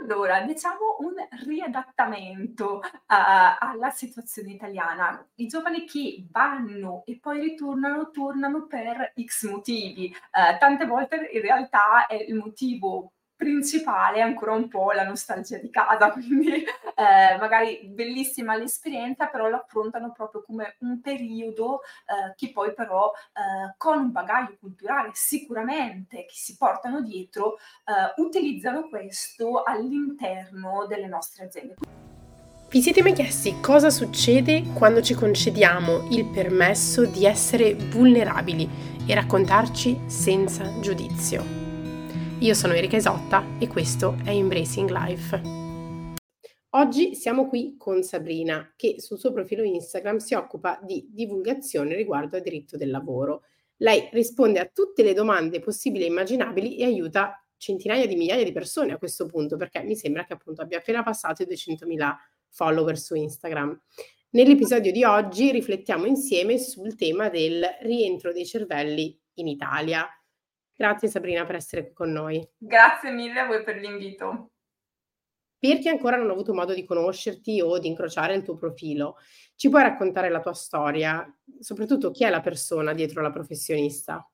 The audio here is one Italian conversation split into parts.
Allora, diciamo un riadattamento, alla situazione italiana. I giovani che vanno e poi ritornano, tornano per X motivi. Tante volte in realtà è il motivo principale ancora un po' la nostalgia di casa, quindi, magari bellissima l'esperienza, però l'affrontano proprio come un periodo, che poi però, con un bagaglio culturale sicuramente che si portano dietro, utilizzano questo all'interno delle nostre aziende. Vi siete mai chiesti cosa succede quando ci concediamo il permesso di essere vulnerabili e raccontarci senza giudizio? Io sono Erika Isotta e questo è Embracing Life. Oggi siamo qui con Sabrina, che sul suo profilo Instagram si occupa di divulgazione riguardo al diritto del lavoro. Lei risponde a tutte le domande possibili e immaginabili e aiuta centinaia di migliaia di persone a questo punto, perché mi sembra che appunto abbia appena passato i 200.000 follower su Instagram. Nell'episodio di oggi riflettiamo insieme sul tema del rientro dei cervelli in Italia. Grazie Sabrina per essere qui con noi. Grazie mille a voi per l'invito. Per chi ancora non ha avuto modo di conoscerti o di incrociare il tuo profilo, ci puoi raccontare la tua storia? Soprattutto chi è la persona dietro la professionista?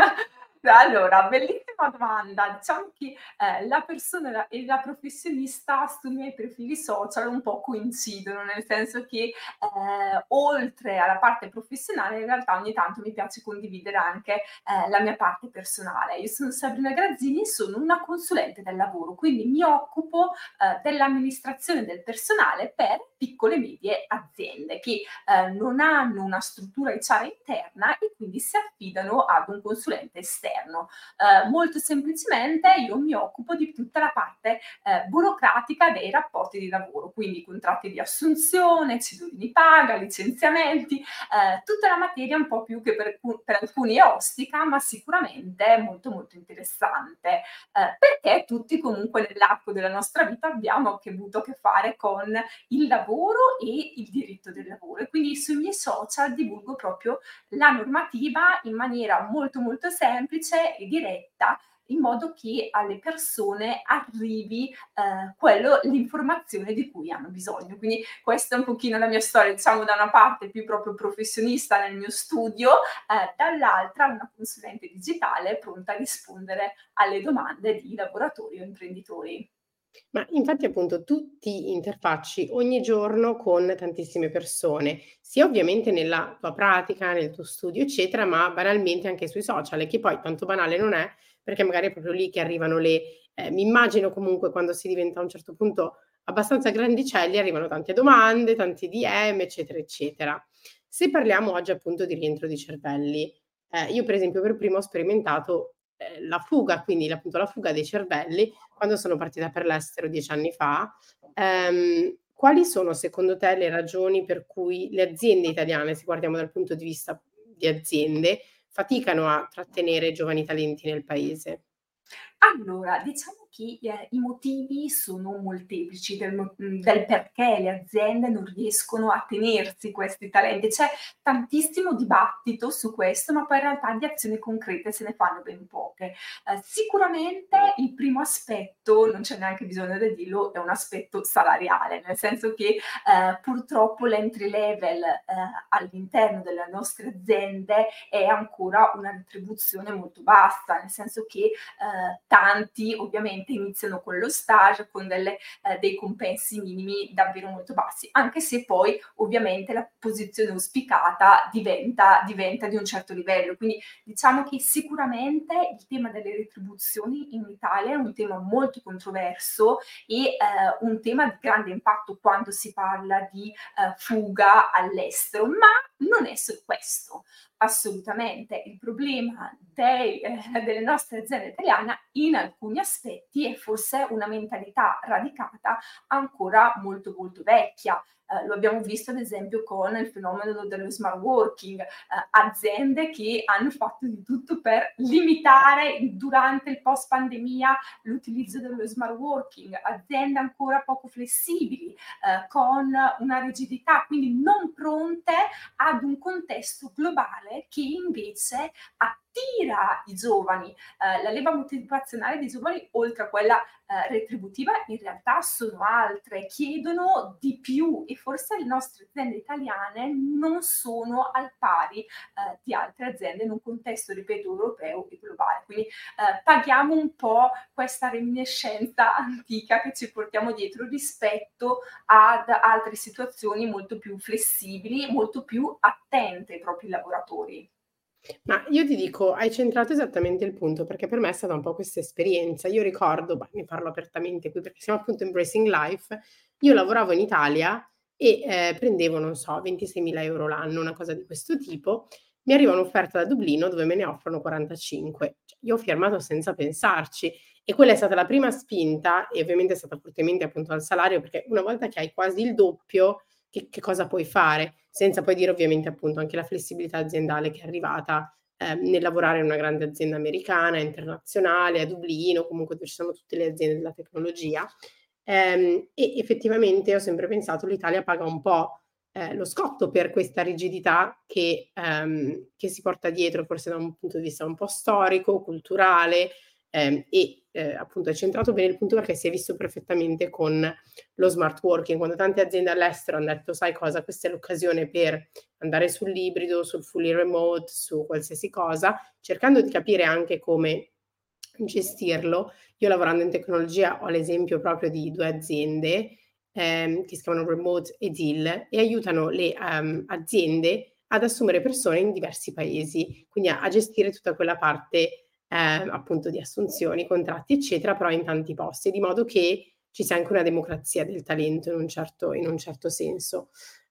Allora, bellissima domanda. Diciamo che, la persona e la professionista sui miei profili social un po' coincidono, nel senso che, oltre alla parte professionale, in realtà ogni tanto mi piace condividere anche, la mia parte personale. Io sono Sabrina Grazzini, sono una consulente del lavoro, quindi mi occupo, dell'amministrazione del personale per piccole e medie aziende che, non hanno una struttura HR interna e quindi si affidano ad un consulente esterno. Molto semplicemente io mi occupo di tutta la parte burocratica dei rapporti di lavoro, quindi contratti di assunzione, cedolini paga, licenziamenti, tutta la materia un po' più che per alcuni è ostica, ma sicuramente molto molto interessante, perché tutti comunque nell'arco della nostra vita abbiamo anche avuto a che fare con il lavoro e il diritto del lavoro, e quindi sui miei social divulgo proprio la normativa in maniera molto molto semplice e diretta, in modo che alle persone arrivi l'informazione di cui hanno bisogno. Quindi questa è un pochino la mia storia, diciamo da una parte più proprio professionista nel mio studio, dall'altra una consulente digitale pronta a rispondere alle domande di lavoratori o imprenditori. Ma infatti appunto tu ti interfacci ogni giorno con tantissime persone, sia ovviamente nella tua pratica, nel tuo studio, eccetera, ma banalmente anche sui social, e che poi tanto banale non è, perché magari è proprio lì che arrivano mi immagino comunque quando si diventa a un certo punto abbastanza grandicelli, arrivano tante domande, tanti DM, eccetera, eccetera. Se parliamo oggi appunto di rientro di cervelli, io per esempio per primo ho sperimentato la fuga, quindi appunto la fuga dei cervelli, quando sono partita per l'estero 10 anni fa. Quali sono secondo te le ragioni per cui le aziende italiane, se guardiamo dal punto di vista di aziende, faticano a trattenere giovani talenti nel paese? Allora, diciamo che, i motivi sono molteplici del perché le aziende non riescono a tenersi questi talenti. C'è tantissimo dibattito su questo, ma poi in realtà di azioni concrete se ne fanno ben poche. Sicuramente il primo aspetto, non c'è neanche bisogno di dirlo, è un aspetto salariale, nel senso che, purtroppo l'entry level, all'interno delle nostre aziende è ancora una retribuzione molto bassa, nel senso che tanti ovviamente iniziano con lo stage, con dei compensi minimi davvero molto bassi, anche se poi ovviamente la posizione auspicata diventa di un certo livello. Quindi diciamo che sicuramente il tema delle retribuzioni in Italia è un tema molto controverso e un tema di grande impatto quando si parla di fuga all'estero, ma non è solo questo. Assolutamente. Il problema delle nostre aziende italiane in alcuni aspetti è forse una mentalità radicata ancora molto, molto vecchia. Lo abbiamo visto ad esempio con il fenomeno dello smart working, aziende che hanno fatto di tutto per limitare durante il post pandemia l'utilizzo dello smart working, aziende ancora poco flessibili, con una rigidità, quindi non pronte ad un contesto globale che invece attira i giovani. La leva motivazionale dei giovani, oltre a quella retributiva, in realtà sono altre, chiedono di più e forse le nostre aziende italiane non sono al pari di altre aziende in un contesto, ripeto, europeo e globale. Quindi paghiamo un po' questa reminiscenza antica che ci portiamo dietro rispetto ad altre situazioni molto più flessibili, molto più attente ai propri lavoratori. Ma io ti dico, hai centrato esattamente il punto, perché per me è stata un po' questa esperienza. Io ricordo, ne parlo apertamente qui perché siamo appunto Embracing Life, io lavoravo in Italia e prendevo, non so, 26.000 euro l'anno, una cosa di questo tipo. Mi arriva un'offerta da Dublino dove me ne offrono 45. Cioè, io ho firmato senza pensarci e quella è stata la prima spinta e ovviamente è stata fortemente appunto al salario, perché una volta che hai quasi il doppio, che cosa puoi fare? Senza poi dire ovviamente appunto anche la flessibilità aziendale che è arrivata nel lavorare in una grande azienda americana, internazionale, a Dublino, comunque dove ci sono tutte le aziende della tecnologia. E effettivamente ho sempre pensato l'Italia paga un po' lo scotto per questa rigidità che si porta dietro, forse da un punto di vista un po' storico, culturale, appunto è centrato bene il punto perché si è visto perfettamente con lo smart working, quando tante aziende all'estero hanno detto sai cosa, questa è l'occasione per andare sull'ibrido, sul fully remote, su qualsiasi cosa, cercando di capire anche come gestirlo. Io lavorando in tecnologia ho l'esempio proprio di 2 aziende, che si chiamano Remote e Deal e aiutano le, aziende ad assumere persone in diversi paesi, quindi a gestire tutta quella parte, appunto di assunzioni, contratti, eccetera, però in tanti posti, di modo che ci sia anche una democrazia del talento in un certo senso.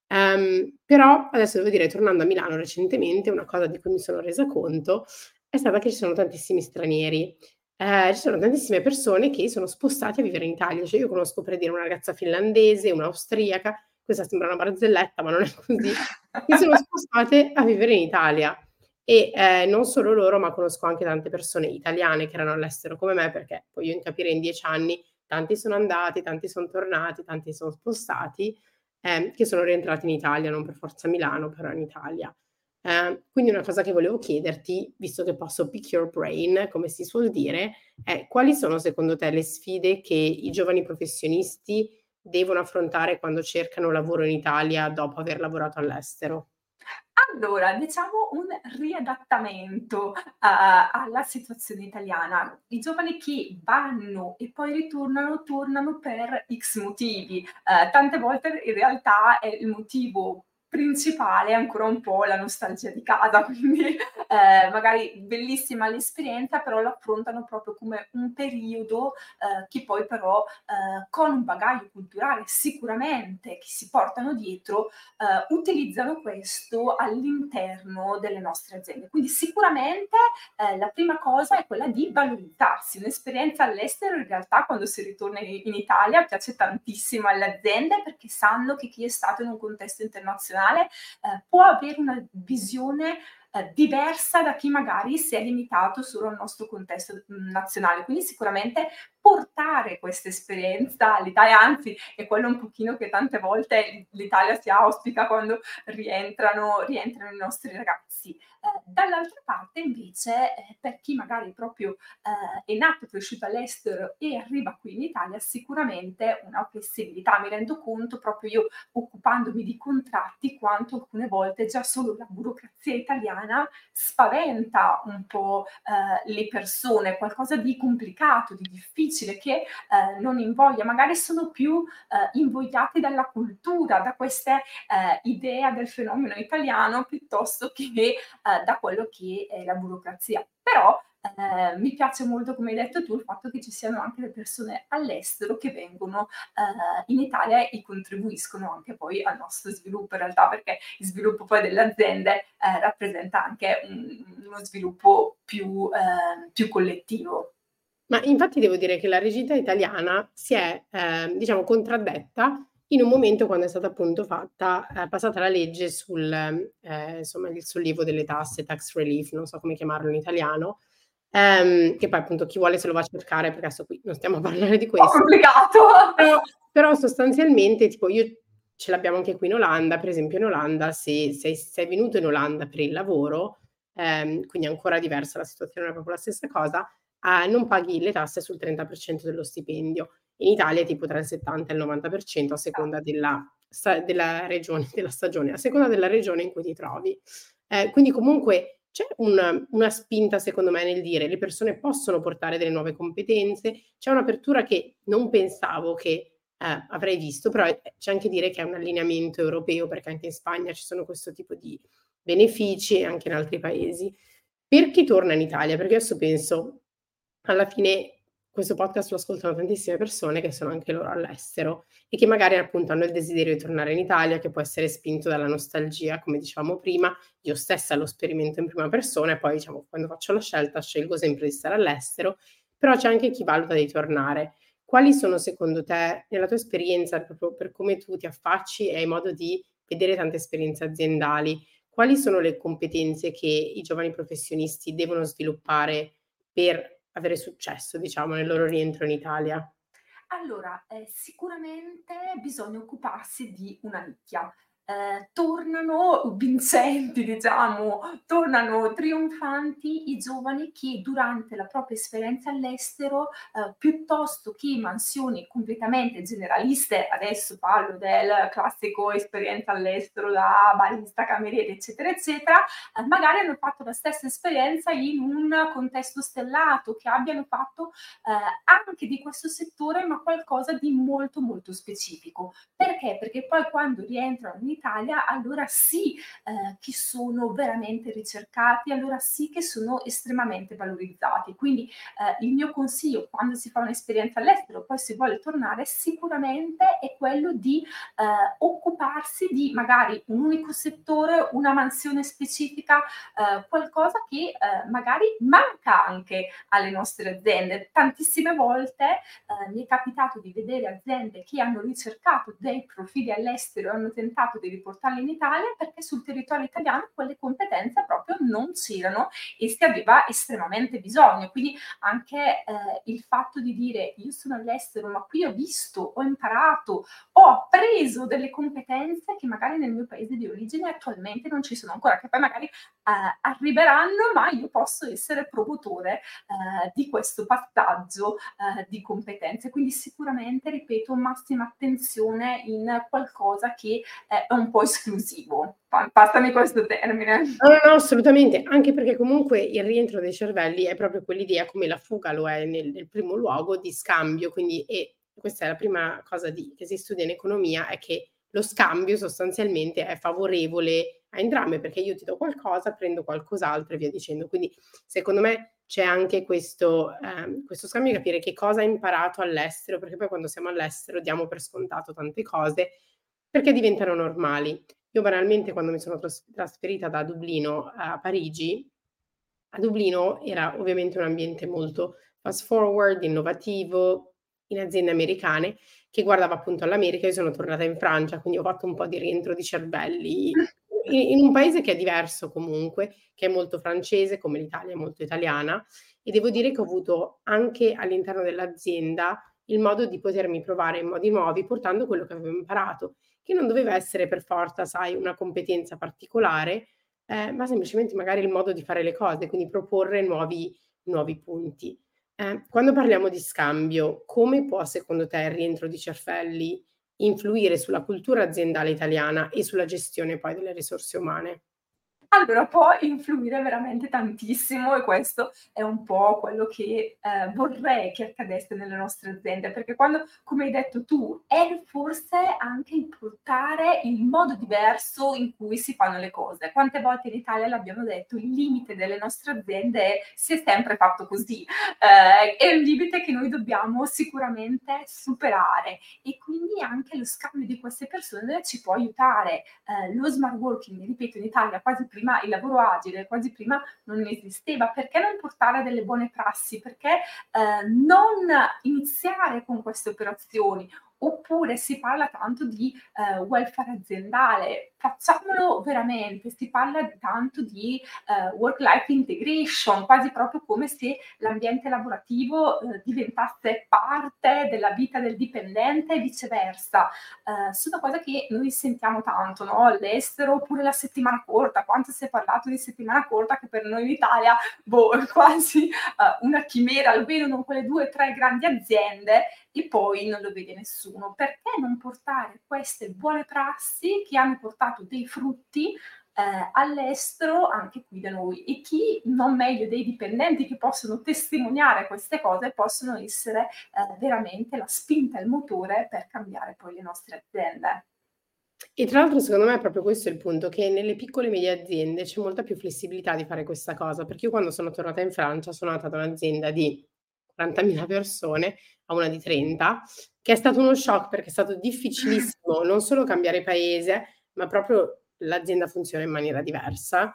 Però adesso devo dire, tornando a Milano recentemente, una cosa di cui mi sono resa conto è stata che ci sono tantissimi stranieri. Ci sono tantissime persone che sono spostate a vivere in Italia. Cioè io conosco per dire una ragazza finlandese, un'austriaca, questa sembra una barzelletta, ma non è così, che sono spostate a vivere in Italia. E non solo loro, ma conosco anche tante persone italiane che erano all'estero come me, perché poi io in capire in 10 anni tanti sono andati, tanti son tornati, tanti sono spostati, che sono rientrati in Italia, non per forza a Milano, però in Italia. Quindi una cosa che volevo chiederti, visto che posso pick your brain, come si suol dire, è quali sono secondo te le sfide che i giovani professionisti devono affrontare quando cercano lavoro in Italia dopo aver lavorato all'estero? Allora, diciamo un riadattamento, alla situazione italiana. I giovani che vanno e poi ritornano, tornano per X motivi. Tante volte in realtà è il motivo principale ancora un po' la nostalgia di casa, quindi, magari bellissima l'esperienza, però lo affrontano proprio come un periodo, che poi però, con un bagaglio culturale sicuramente che si portano dietro, utilizzano questo all'interno delle nostre aziende. Quindi sicuramente la prima cosa è quella di valorizzarsi. Un'esperienza all'estero in realtà quando si ritorna in Italia piace tantissimo alle aziende perché sanno che chi è stato in un contesto internazionale può avere una visione diversa da chi magari si è limitato solo al nostro contesto nazionale. Quindi sicuramente portare questa esperienza all'Italia, anzi è quello un pochino che tante volte l'Italia si auspica quando rientrano i nostri ragazzi. Dall'altra parte invece, per chi magari proprio, è nato e cresciuto all'estero e arriva qui in Italia, sicuramente una flessibilità. Mi rendo conto proprio io occupandomi di contratti quanto alcune volte già solo la burocrazia italiana spaventa un po', le persone, qualcosa di complicato, di difficile che, non invoglia. Magari sono più, invogliati dalla cultura, da queste, idea del fenomeno italiano piuttosto che, da quello che è la burocrazia. Però, mi piace molto, come hai detto tu, il fatto che ci siano anche le persone all'estero che vengono, in Italia e contribuiscono anche poi al nostro sviluppo in realtà, perché il sviluppo poi delle aziende, rappresenta anche uno sviluppo più collettivo. Ma infatti devo dire che la rigidità italiana si è, diciamo contraddetta in un momento quando è stata appunto fatta passata la legge sul, insomma il sollievo delle tasse, tax relief, non so come chiamarlo in italiano, che poi appunto chi vuole se lo va a cercare perché adesso qui non stiamo a parlare di Un po' questo. complicato. Però sostanzialmente tipo io ce l'abbiamo anche qui in Olanda, per esempio in Olanda se sei venuto in Olanda per il lavoro, quindi ancora diversa la situazione, non è proprio la stessa cosa, non paghi le tasse sul 30% dello stipendio. In Italia è tipo tra il 70 e il 90% a seconda della regione, della stagione, a seconda della regione in cui ti trovi. Quindi comunque c'è una spinta secondo me nel dire: le persone possono portare delle nuove competenze, c'è un'apertura che non pensavo che, avrei visto, però, c'è anche dire che è un allineamento europeo, perché anche in Spagna ci sono questo tipo di benefici e anche in altri paesi. Per chi torna in Italia, perché adesso penso, alla fine questo podcast lo ascoltano tantissime persone che sono anche loro all'estero e che magari appunto hanno il desiderio di tornare in Italia, che può essere spinto dalla nostalgia, come dicevamo prima. Io stessa lo sperimento in prima persona e poi diciamo quando faccio la scelta scelgo sempre di stare all'estero, però c'è anche chi valuta di tornare. Quali sono secondo te, nella tua esperienza, proprio per come tu ti affacci e hai modo di vedere tante esperienze aziendali, quali sono le competenze che i giovani professionisti devono sviluppare per avere successo, diciamo, nel loro rientro in Italia? Allora, sicuramente bisogna occuparsi di una nicchia. Tornano vincenti, diciamo, tornano trionfanti i giovani che durante la propria esperienza all'estero, piuttosto che mansioni completamente generaliste, adesso parlo del classico esperienza all'estero da barista, cameriere, eccetera, eccetera, magari hanno fatto la stessa esperienza in un contesto stellato, che abbiano fatto anche di questo settore, ma qualcosa di molto, molto specifico. Perché? Perché poi quando rientrano in Italia, allora sì che sono veramente ricercati, allora sì che sono estremamente valorizzati. Quindi il mio consiglio quando si fa un'esperienza all'estero, poi si vuole tornare, sicuramente è quello di occuparsi di magari un unico settore, una mansione specifica, qualcosa che magari manca anche alle nostre aziende. Tantissime volte mi è capitato di vedere aziende che hanno ricercato dei profili all'estero e hanno tentato di riportarli in Italia perché sul territorio italiano quelle competenze proprio non c'erano e si aveva estremamente bisogno. Quindi anche il fatto di dire io sono all'estero ma qui ho visto, ho imparato, ho appreso delle competenze che magari nel mio paese di origine attualmente non ci sono ancora, che poi magari arriveranno, ma io posso essere promotore di questo passaggio di competenze. Quindi sicuramente, ripeto, massima attenzione in qualcosa che è un po' esclusivo. Passami questo termine. No, no, no, assolutamente, anche perché comunque il rientro dei cervelli è proprio quell'idea, come la fuga lo è nel primo luogo, di scambio, quindi questa è la prima cosa che si studia in economia, è che lo scambio sostanzialmente è favorevole a entrambe, perché io ti do qualcosa, prendo qualcos'altro e via dicendo. Quindi secondo me c'è anche questo scambio di capire che cosa hai imparato all'estero, perché poi quando siamo all'estero diamo per scontato tante cose, perché diventano normali. Io banalmente quando mi sono trasferita da Dublino a Parigi, a Dublino era ovviamente un ambiente molto fast forward, innovativo, in aziende americane, che guardava appunto all'America. Io sono tornata in Francia, quindi ho fatto un po' di rientro di cervelli in un paese che è diverso comunque, che è molto francese, come l'Italia è molto italiana, e devo dire che ho avuto anche all'interno dell'azienda il modo di potermi provare in modi nuovi, portando quello che avevo imparato, che non doveva essere per forza, sai, una competenza particolare, ma semplicemente magari il modo di fare le cose, quindi proporre nuovi punti. Quando parliamo di scambio, come può secondo te il rientro di cervelli influire sulla cultura aziendale italiana e sulla gestione poi delle risorse umane? Allora, può influire veramente tantissimo e questo è un po' quello che, vorrei che accadesse nelle nostre aziende, perché quando, come hai detto tu, è forse anche il portare il modo diverso in cui si fanno le cose. Quante volte in Italia l'abbiamo detto, il limite delle nostre aziende è: si è sempre fatto così. È un limite che noi dobbiamo sicuramente superare e quindi anche lo scambio di queste persone ci può aiutare. Lo smart working, ripeto, in Italia quasi prima il lavoro agile, quasi prima non esisteva. Perché non portare delle buone prassi? Perché non iniziare con queste operazioni? Oppure si parla tanto di welfare aziendale, facciamolo veramente, si parla tanto di work-life integration, quasi proprio come se l'ambiente lavorativo diventasse parte della vita del dipendente e viceversa. Sono cose che noi sentiamo tanto, no? All'estero, oppure la settimana corta, quanto si è parlato di settimana corta che per noi in Italia, è quasi una chimera, lo vedono quelle 2 o 3 grandi aziende e poi non lo vede nessuno. Perché non portare queste buone prassi che hanno portato dei frutti all'estero anche qui da noi? E chi non meglio dei dipendenti che possono testimoniare queste cose possono essere veramente la spinta, il motore per cambiare poi le nostre aziende. E tra l'altro secondo me è proprio questo il punto, che nelle piccole e medie aziende c'è molta più flessibilità di fare questa cosa, perché io quando sono tornata in Francia sono andata ad un'azienda di 40.000 persone a una di 30, che è stato uno shock perché è stato difficilissimo non solo cambiare paese, ma proprio l'azienda funziona in maniera diversa,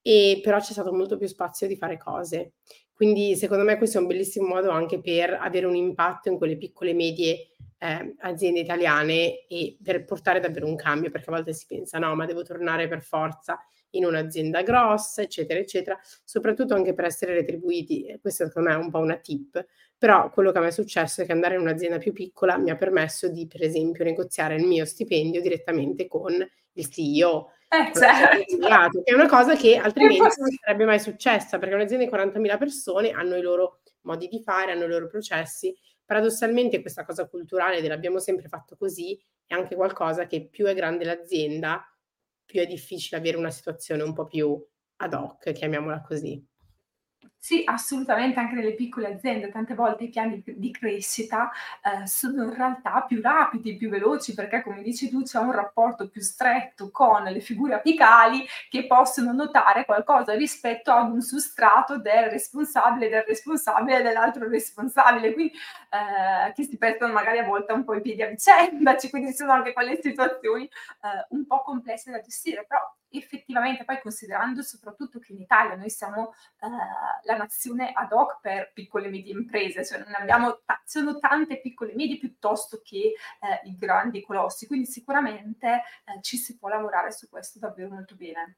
e però c'è stato molto più spazio di fare cose. Quindi secondo me questo è un bellissimo modo anche per avere un impatto in quelle piccole e medie aziende italiane e per portare davvero un cambio, perché a volte si pensa no, ma devo tornare per forza in un'azienda grossa, eccetera, eccetera, soprattutto anche per essere retribuiti. E questo secondo me è un po' una tip, però quello che a me è successo è che andare in un'azienda più piccola mi ha permesso di, per esempio, negoziare il mio stipendio direttamente con il CEO, con la Certo. che è una cosa che altrimenti non Sì. sarebbe mai successa, perché un'azienda di 40.000 persone hanno i loro modi di fare, hanno i loro processi. Paradossalmente questa cosa culturale dell'abbiamo sempre fatto così è anche qualcosa che più è grande l'azienda, più è difficile avere una situazione un po' più ad hoc, chiamiamola così. Sì, assolutamente, anche nelle piccole aziende tante volte i piani di crescita, sono in realtà più rapidi, più veloci, perché come dici tu c'è un rapporto più stretto con le figure apicali che possono notare qualcosa rispetto ad un sustrato del responsabile dell'altro responsabile, quindi che si pestano magari a volte un po' i piedi a vicenda, quindi ci sono anche quelle situazioni un po' complesse da gestire, però effettivamente poi considerando soprattutto che in Italia noi siamo la nazione ad hoc per piccole e medie imprese, cioè non abbiamo sono tante piccole e medie piuttosto che i grandi colossi, quindi sicuramente ci si può lavorare su questo davvero molto bene.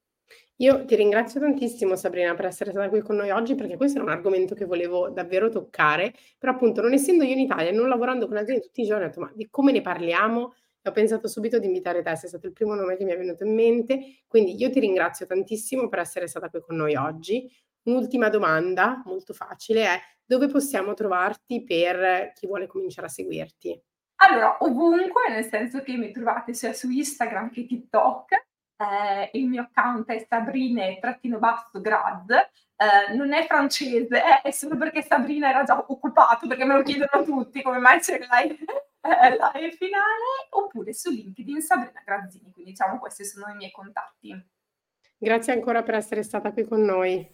Io ti ringrazio tantissimo Sabrina per essere stata qui con noi oggi, perché questo era un argomento che volevo davvero toccare, però appunto non essendo io in Italia e non lavorando con aziende tutti i giorni, ho detto: "Ma di come ne parliamo?" E ho pensato subito di invitare te, sei stato il primo nome che mi è venuto in mente, quindi io ti ringrazio tantissimo per essere stata qui con noi oggi. Un'ultima domanda, molto facile, è: dove possiamo trovarti per chi vuole cominciare a seguirti? Allora, ovunque, nel senso che mi trovate sia su Instagram che TikTok, il mio account è sabrine_graz, non è francese, è solo perché Sabrina era già occupato, perché me lo chiedono tutti, come mai c'è la E finale, oppure su LinkedIn Sabrina Grazzini, quindi diciamo questi sono i miei contatti. Grazie ancora per essere stata qui con noi.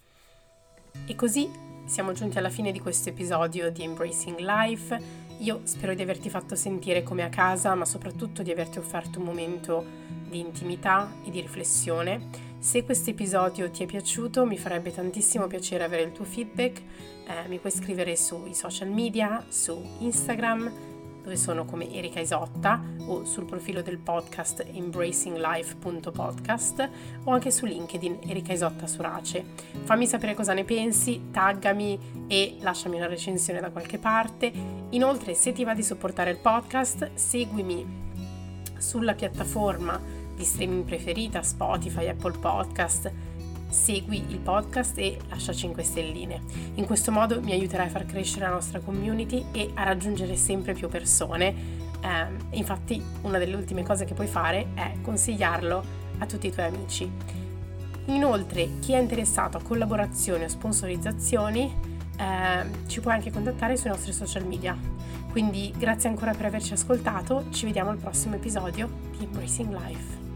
E così siamo giunti alla fine di questo episodio di Embracing Life. Io spero di averti fatto sentire come a casa, ma soprattutto di averti offerto un momento di intimità e di riflessione. Se questo episodio ti è piaciuto, mi farebbe tantissimo piacere avere il tuo feedback. Mi puoi scrivere sui social media, su Instagram, dove sono come Erika Isotta, o sul profilo del podcast embracinglife.podcast, o anche su LinkedIn Erika Isotta Surace. Fammi sapere cosa ne pensi, taggami e lasciami una recensione da qualche parte. Inoltre, se ti va di supportare il podcast, seguimi sulla piattaforma di streaming preferita, Spotify, Apple Podcast. Segui il podcast e lascia 5 stelline. In questo modo mi aiuterai a far crescere la nostra community e a raggiungere sempre più persone. Infatti, una delle ultime cose che puoi fare è consigliarlo a tutti i tuoi amici. Inoltre, chi è interessato a collaborazioni o sponsorizzazioni ci puoi anche contattare sui nostri social media. Quindi grazie ancora per averci ascoltato, ci vediamo al prossimo episodio di Embracing Life.